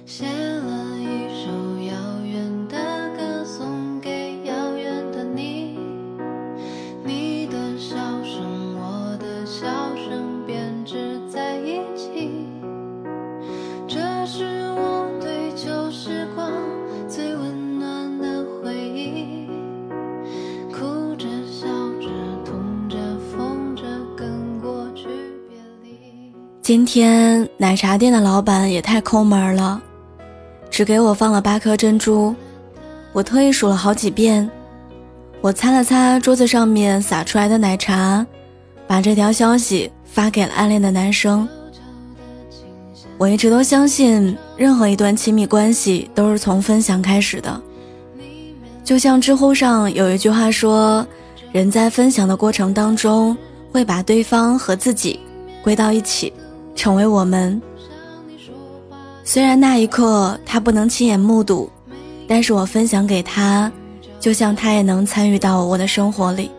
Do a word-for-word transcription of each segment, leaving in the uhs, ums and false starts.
写了一首遥远的歌送给遥远的你，你的笑声我的笑声编织在一起，这是我对旧时光最温暖的回忆，哭着笑着痛着疯着跟过去别离。 今天奶茶店的老板也太抠门了，只给我放了八颗珍珠，我特意数了好几遍。我擦了擦桌子上面洒出来的奶茶，把这条消息发给了暗恋的男生。我一直都相信，任何一段亲密关系都是从分享开始的。就像知乎上有一句话说，人在分享的过程当中，会把对方和自己归到一起，成为我们。虽然那一刻他不能亲眼目睹，但是我分享给他，就像他也能参与到我的生活里。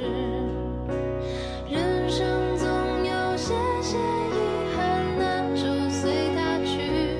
人生总有些些遗憾，那就随它去。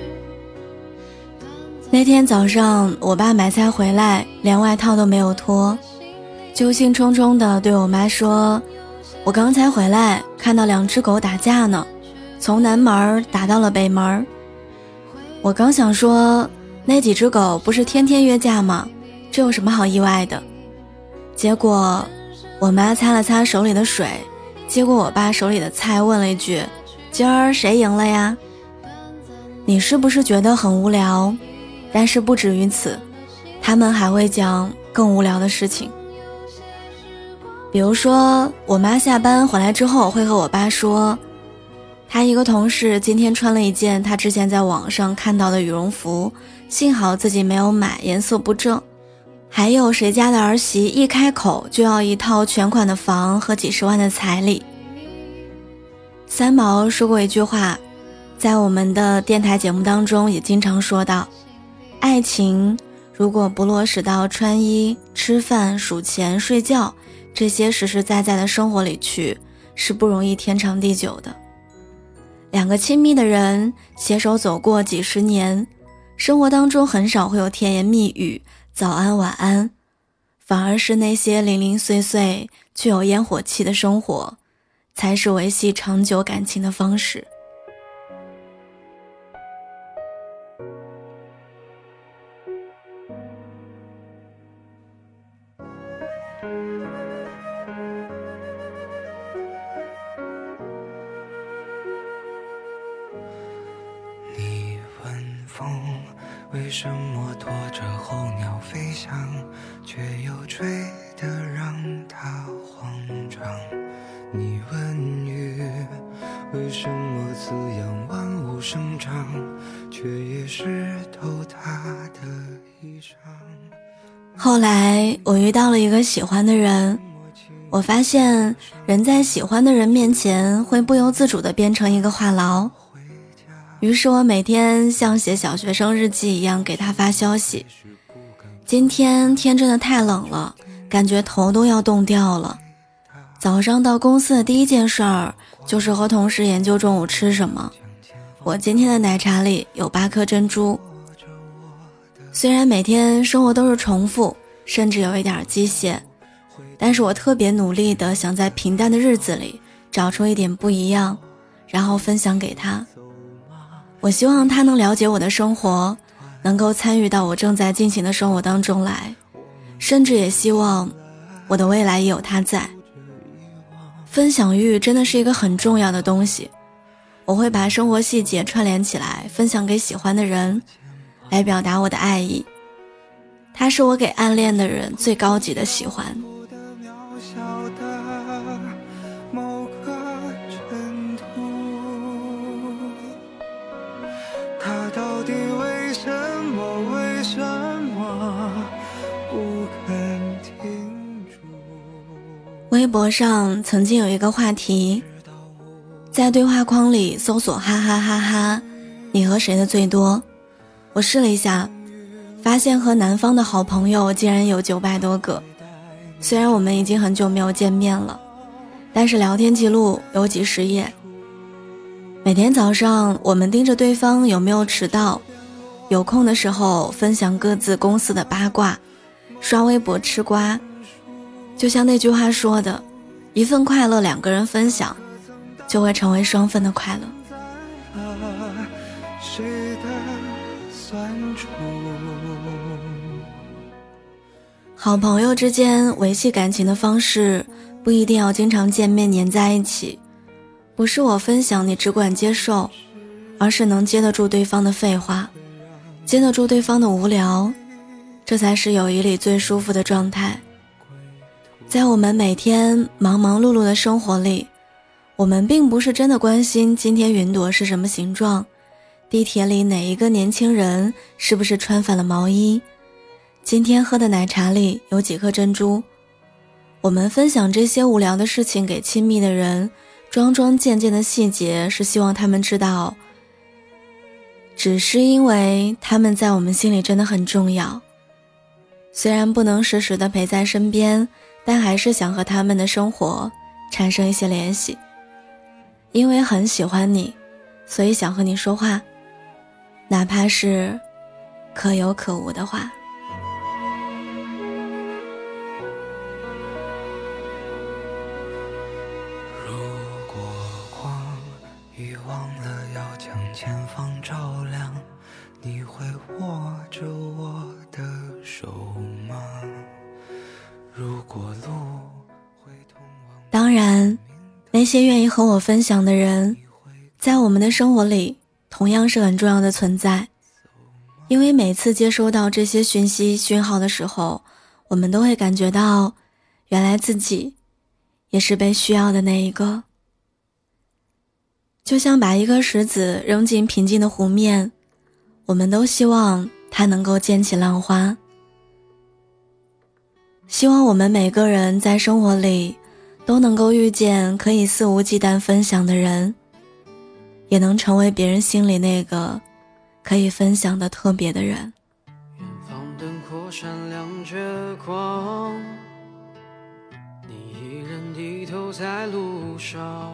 那天早上我爸买菜回来，连外套都没有脱，就兴冲冲地对我妈说，我刚才回来看到两只狗打架呢，从南门打到了北门。我刚想说，那几只狗不是天天约架吗？这有什么好意外的？结果我妈擦了擦手里的水，接过我爸手里的菜，问了一句，今儿谁赢了呀？你是不是觉得很无聊？但是不止于此，他们还会讲更无聊的事情。比如说，我妈下班回来之后会和我爸说，他一个同事今天穿了一件他之前在网上看到的羽绒服，幸好自己没有买，颜色不正。还有谁家的儿媳一开口就要一套全款的房和几十万的彩礼。三毛说过一句话，在我们的电台节目当中也经常说到，爱情如果不落实到穿衣、吃饭、数钱、睡觉这些实实在在的生活里去，是不容易天长地久的。两个亲密的人携手走过几十年，生活当中很少会有甜言蜜语、早安晚安，反而是那些零零碎碎却有烟火气的生活，才是维系长久感情的方式。 为什么拖着候鸟飞翔，却又追得让它慌张？你问雨为什么滋养万物生长，却也湿透它的衣裳？ 后来我遇到了一个喜欢的人，我发现人在喜欢的人面前会不由自主地变成一个话痨。于是我每天像写小学生日记一样给他发消息，今天天真的太冷了，感觉头都要冻掉了。早上到公司的第一件事儿就是和同事研究中午吃什么。我今天的奶茶里有八颗珍珠。虽然每天生活都是重复，甚至有一点机械，但是我特别努力的想在平淡的日子里找出一点不一样，然后分享给他。我希望他能了解我的生活，能够参与到我正在进行的生活当中来，甚至也希望我的未来也有他在。分享欲真的是一个很重要的东西，我会把生活细节串联起来，分享给喜欢的人，来表达我的爱意。它是我给暗恋的人最高级的喜欢。 他到底为什么为什么不肯停住？ 微博上曾经有一个话题，在对话框里搜索哈哈哈哈，你和谁的最多？我试了一下，发现和南方的好朋友竟然有九百多个。虽然我们已经很久没有见面了，但是聊天记录有几十页。每天早上我们盯着对方有没有迟到， 有空的时候分享各自公司的八卦，刷微博吃瓜。就像那句话说的，一份快乐两个人分享，就会成为双份的快乐。 谁的酸楚？ 好朋友之间维系感情的方式，不一定要经常见面黏在一起，不是我分享你只管接受，而是能接得住对方的废话，接得住对方的无聊，这才是友谊里最舒服的状态。在我们每天忙忙碌碌的生活里，我们并不是真的关心今天云朵是什么形状，地铁里哪一个年轻人是不是穿反了毛衣，今天喝的奶茶里有几颗珍珠。我们分享这些无聊的事情给亲密的人，桩桩件件的细节是希望他们知道，只是因为他们在我们心里真的很重要。虽然不能时时的陪在身边，但还是想和他们的生活产生一些联系。因为很喜欢你，所以想和你说话，哪怕是可有可无的话。 如果光遗忘了要将前方照亮，你会握着我的手吗？如果路会通往， 当然那些愿意和我分享的人，在我们的生活里同样是很重要的存在。因为每次接收到这些讯息讯号的时候，我们都会感觉到，原来自己也是被需要的那一个。就像把一颗石子扔进平静的湖面，我们都希望它能够溅起浪花。希望我们每个人在生活里都能够遇见可以肆无忌惮分享的人，也能成为别人心里那个可以分享的特别的人。 远方灯火闪亮着光，你一人低头在路上，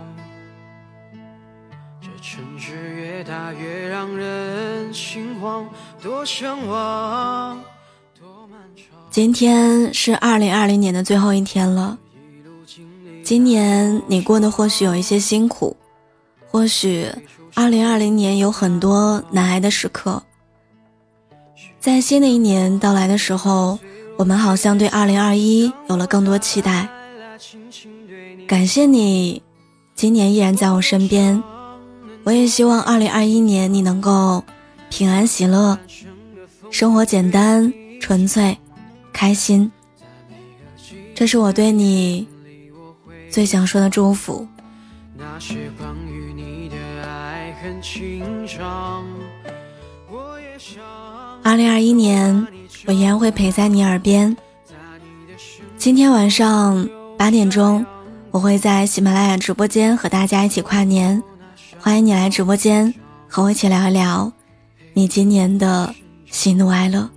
这城市越大越让人心慌，多向往多漫长。 今天是二零二零年的最后一天了，今年你过得或许有一些辛苦，或许二零二零年有很多难挨的时刻。在新的一年到来的时候，我们好像对二零二一有了更多期待。感谢你今年依然在我身边，我也希望二零二一年你能够平安喜乐，生活简单纯粹开心，这是我对你最想说的祝福。 那些关于你的爱很清爽，我也想二零二一年我依然会陪在你耳边。今天晚上八点钟我会在喜马拉雅直播间和大家一起跨年，欢迎你来直播间和我一起聊一聊你今年的喜怒哀乐。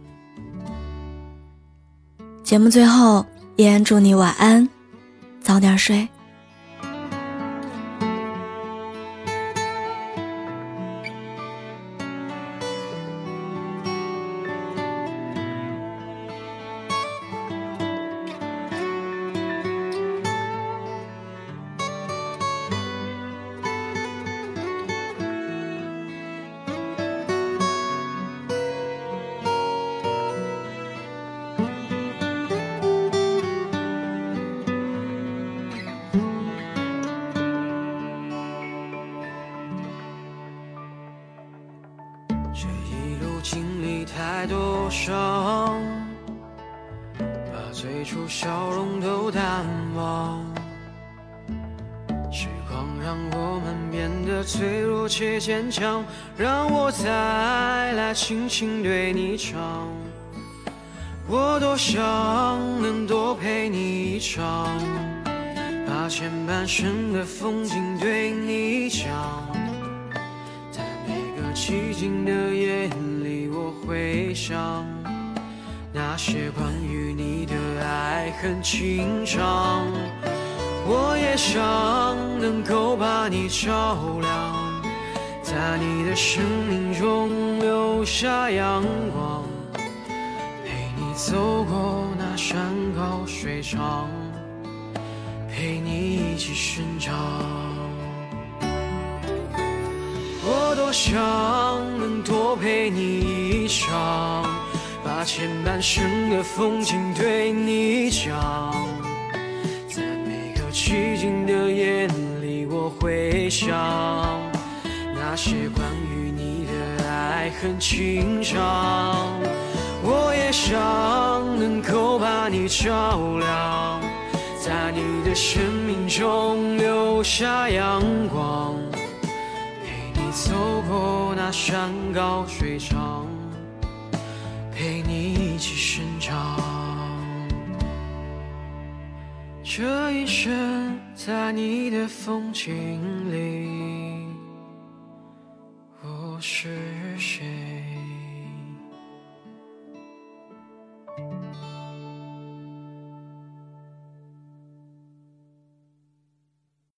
节目最后依然祝你晚安，早点睡。 这一路经历太多伤，把最初笑容都淡忘。时光让我们变得脆弱且坚强，让我再来轻轻对你唱。我多想能多陪你一场，把前半生的风景对你讲。寂静的夜里，我会想那些关于你的爱很清爽，我也想能够把你照亮， 在你的生命中留下阳光，陪你走过那山高水长，陪你一起生长。我多想能多陪你一场，把前半生的风景对你讲，在每个寂静的夜里我会想那些关于你的爱恨情长。我也想能够把你照亮，在你的生命中留下阳光，陪你走过那山高水长，陪你一起生长。这一生在你的风景里，我是谁？